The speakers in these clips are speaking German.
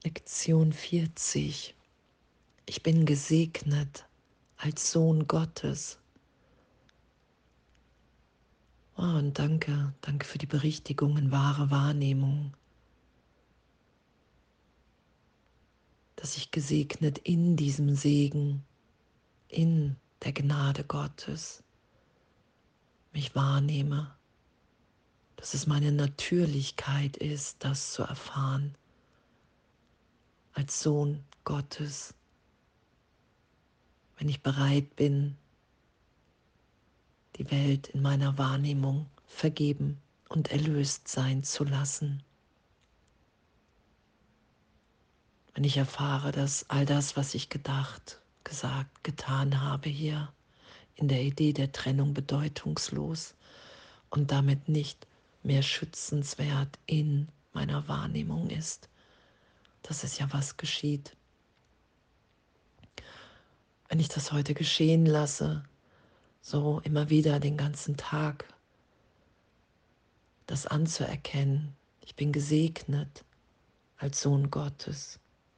Lektion 40. Ich bin gesegnet als Sohn Gottes. Oh, und danke für die Berichtigung in wahre Wahrnehmung, dass ich gesegnet in diesem Segen, in der Gnade Gottes mich wahrnehme, dass es meine Natürlichkeit ist, das zu erfahren als Sohn Gottes, wenn ich bereit bin, die Welt in meiner Wahrnehmung vergeben und erlöst sein zu lassen. Wenn ich erfahre, dass all das, was ich gedacht, gesagt, getan habe hier in der Idee der Trennung bedeutungslos und damit nicht mehr schützenswert in meiner Wahrnehmung ist, das ist ja, was geschieht. Wenn ich das heute geschehen lasse, so immer wieder den ganzen Tag, das anzuerkennen, ich bin gesegnet als Sohn Gottes.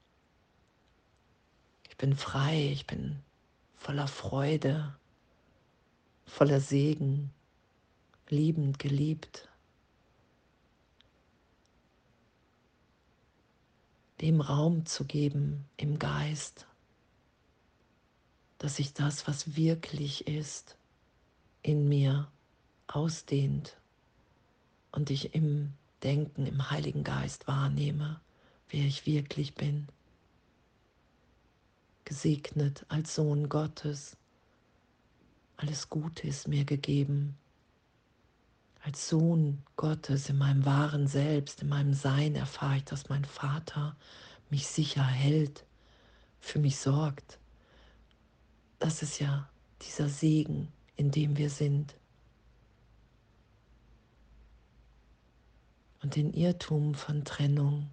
Ich bin frei, ich bin voller Freude, voller Segen, liebend, geliebt. Dem Raum zu geben im Geist, dass sich das, was wirklich ist, in mir ausdehnt und ich im Denken, im Heiligen Geist wahrnehme, wer ich wirklich bin. Gesegnet als Sohn Gottes. Alles Gute ist mir gegeben. Als Sohn Gottes in meinem wahren Selbst, in meinem Sein erfahre ich, dass mein Vater mich sicher hält, für mich sorgt. Das ist ja dieser Segen, in dem wir sind. Und den Irrtum von Trennung,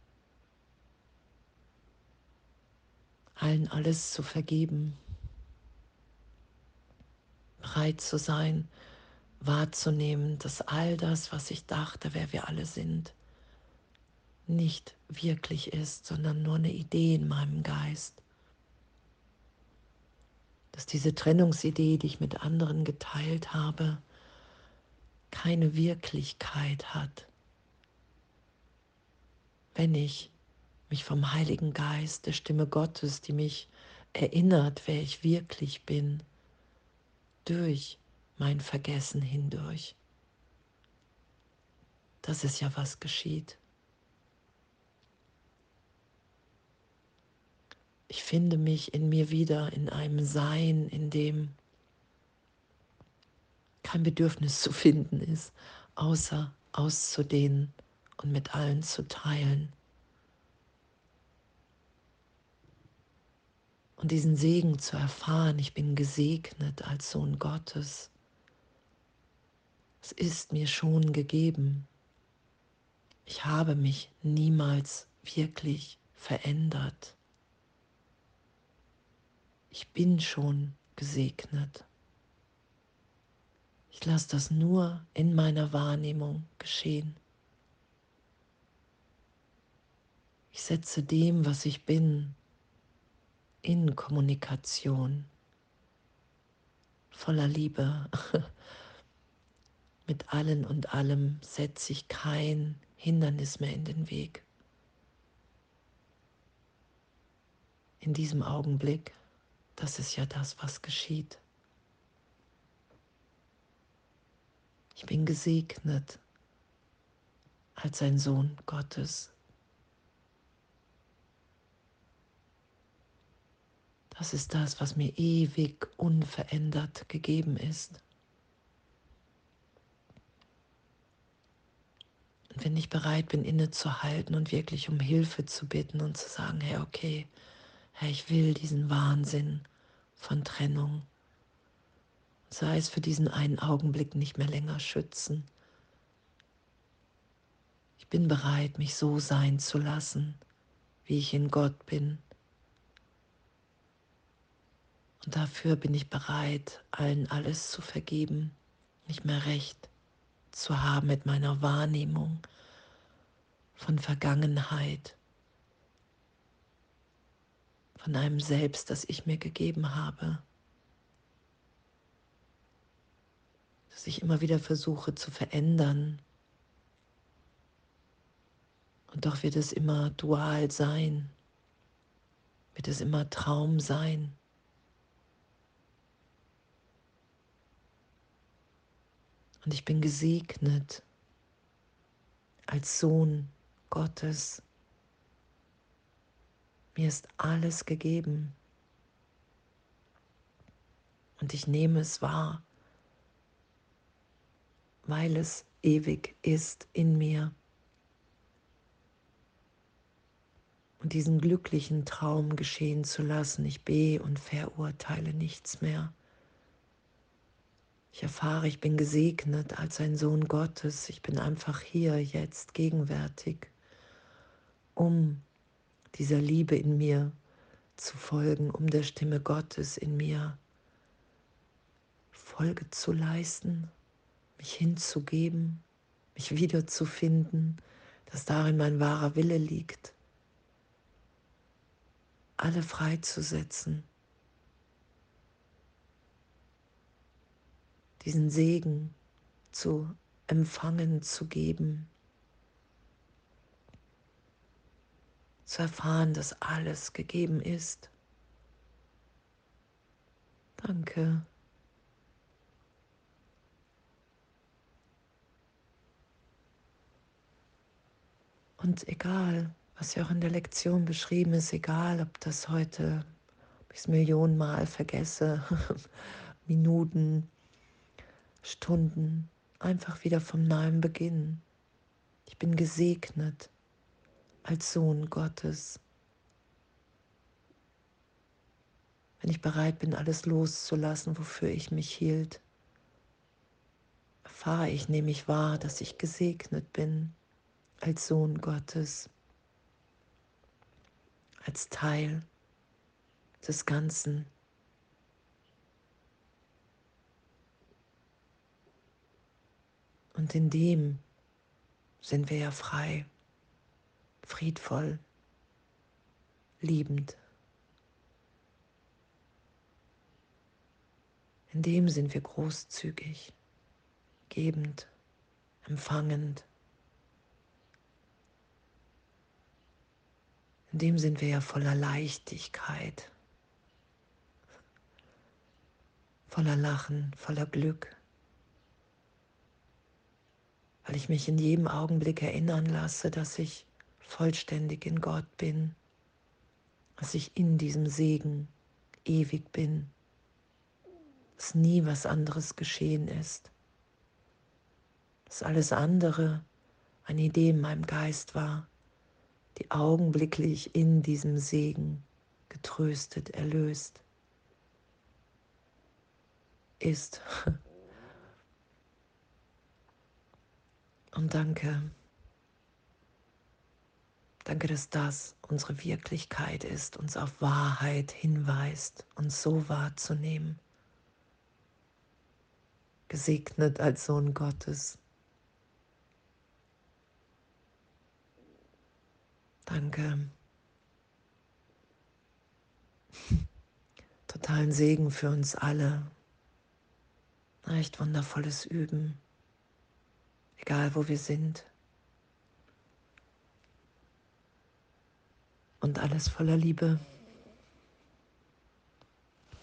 allen alles zu vergeben, bereit zu sein, wahrzunehmen, dass all das, was ich dachte, wer wir alle sind, nicht wirklich ist, sondern nur eine Idee in meinem Geist. Dass diese Trennungsidee, die ich mit anderen geteilt habe, keine Wirklichkeit hat, wenn ich mich vom Heiligen Geist, der Stimme Gottes, die mich erinnert, wer ich wirklich bin, durch mein Vergessen hindurch. Das ist ja, was geschieht. Ich finde mich in mir wieder in einem Sein, in dem kein Bedürfnis zu finden ist, außer auszudehnen und mit allen zu teilen. Und diesen Segen zu erfahren, ich bin gesegnet als Sohn Gottes. Es ist mir schon gegeben. Ich habe mich niemals wirklich verändert. Ich bin schon gesegnet. Ich lasse das nur in meiner Wahrnehmung geschehen. Ich setze dem, was ich bin, in Kommunikation, voller Liebe. Mit allen und allem setze ich kein Hindernis mehr in den Weg. In diesem Augenblick, das ist ja das, was geschieht. Ich bin gesegnet als ein Sohn Gottes. Das ist das, was mir ewig unverändert gegeben ist. Und wenn ich bereit bin, innezuhalten und wirklich um Hilfe zu bitten und zu sagen, hey, okay, Herr, ich will diesen Wahnsinn von Trennung, sei es für diesen einen Augenblick, nicht mehr länger schützen. Ich bin bereit, mich so sein zu lassen, wie ich in Gott bin. Und dafür bin ich bereit, allen alles zu vergeben, nicht mehr recht zu haben mit meiner Wahrnehmung von Vergangenheit, von einem Selbst, das ich mir gegeben habe, das ich immer wieder versuche zu verändern. Und doch wird es immer dual sein, wird es immer Traum sein. Und ich bin gesegnet als Sohn Gottes. Mir ist alles gegeben und ich nehme es wahr, weil es ewig ist in mir. Und diesen glücklichen Traum geschehen zu lassen, ich und verurteile nichts mehr. Ich erfahre, ich bin gesegnet als ein Sohn Gottes. Ich bin einfach hier, jetzt, gegenwärtig, um dieser Liebe in mir zu folgen, um der Stimme Gottes in mir Folge zu leisten, mich hinzugeben, mich wiederzufinden, dass darin mein wahrer Wille liegt, alle freizusetzen, diesen Segen zu empfangen, zu geben, zu erfahren, dass alles gegeben ist. Danke. Und egal, was ja auch in der Lektion beschrieben ist, egal, ob das heute, ob ich es Millionenmal vergesse, Minuten, Stunden, einfach wieder vom neuen Beginn. Ich bin gesegnet als Sohn Gottes. Wenn ich bereit bin, alles loszulassen, wofür ich mich hielt, erfahre ich, nehme ich wahr, dass ich gesegnet bin als Sohn Gottes, als Teil des Ganzen. Und in dem sind wir ja frei, friedvoll, liebend. In dem sind wir großzügig, gebend, empfangend. In dem sind wir ja voller Leichtigkeit, voller Lachen, voller Glück, weil ich mich in jedem Augenblick erinnern lasse, dass ich vollständig in Gott bin, dass ich in diesem Segen ewig bin, dass nie was anderes geschehen ist, dass alles andere eine Idee in meinem Geist war, die augenblicklich in diesem Segen getröstet, erlöst ist. Und danke, danke, dass das unsere Wirklichkeit ist, uns auf Wahrheit hinweist, uns so wahrzunehmen. Gesegnet als Sohn Gottes. Danke. Totalen Segen für uns alle. Echt wundervolles Üben, egal wo wir sind. Und alles voller Liebe.